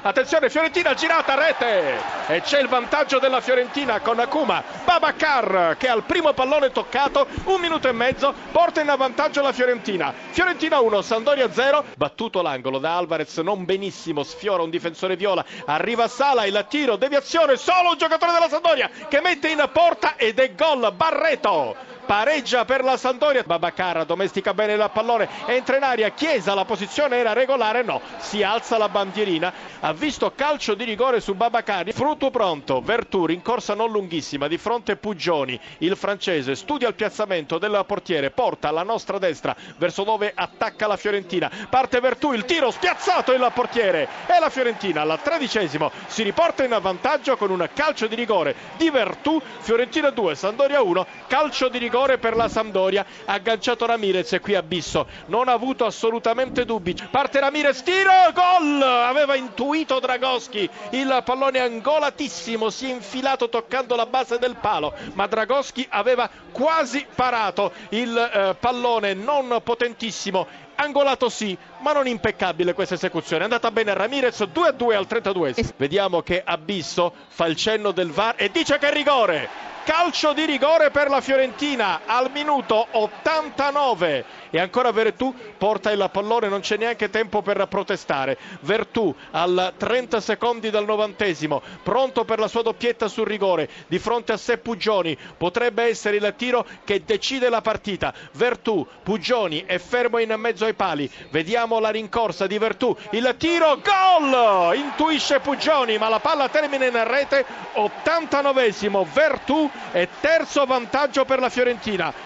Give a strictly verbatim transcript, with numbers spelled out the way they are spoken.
attenzione, Fiorentina girata, rete, e c'è il vantaggio della Fiorentina con Akuma. Babacar che al primo pallone toccato, un minuto e mezzo, porta in avvantaggio la Fiorentina. Fiorentina uno, Sampdoria zero, battuto l'angolo da Alvarez, non benissimo, sfiora un difensore viola, arriva Sala, il tiro, deviazione, solo un giocatore della Sampdoria che mette in porta ed è gol. Barreto pareggia per la Sampdoria. Babacar domestica bene il pallone, entra in aria, Chiesa, la posizione era regolare, no, si alza la bandierina, ha visto calcio di rigore su Babacar, frutto pronto, Vertù, rincorsa non lunghissima, di fronte Pugioni, il francese studia il piazzamento del portiere, porta alla nostra destra verso dove attacca la Fiorentina, parte Vertù, il tiro spiazzato il portiere e la Fiorentina al tredicesimo si riporta in avvantaggio con un calcio di rigore di Vertù. Fiorentina due, Sampdoria uno, calcio di rigore per la Sampdoria, agganciato Ramirez e qui Abisso non ha avuto assolutamente dubbi, parte Ramirez, tiro, gol, aveva intuito Dragoschi, il pallone angolatissimo, si è infilato toccando la base del palo, ma Dragoschi aveva quasi parato il eh, pallone, non potentissimo, angolato sì, ma non impeccabile questa esecuzione. È andata bene Ramirez, due a due al trentaduesimo. Vediamo che Abisso fa il cenno del V A R e dice che è rigore. Calcio di rigore per la Fiorentina al minuto ottantanove e ancora Vertù porta il pallone, non c'è neanche tempo per protestare. Vertù al trenta secondi dal novantesimo, pronto per la sua doppietta sul rigore, di fronte a sé Pugioni, potrebbe essere il tiro che decide la partita. Vertù, Pugioni è fermo in mezzo ai pali, vediamo la rincorsa di Vertù, il tiro, gol! Intuisce Pugioni ma la palla termina in rete. Ottantanovesimo, Vertù e terzo vantaggio per la Fiorentina.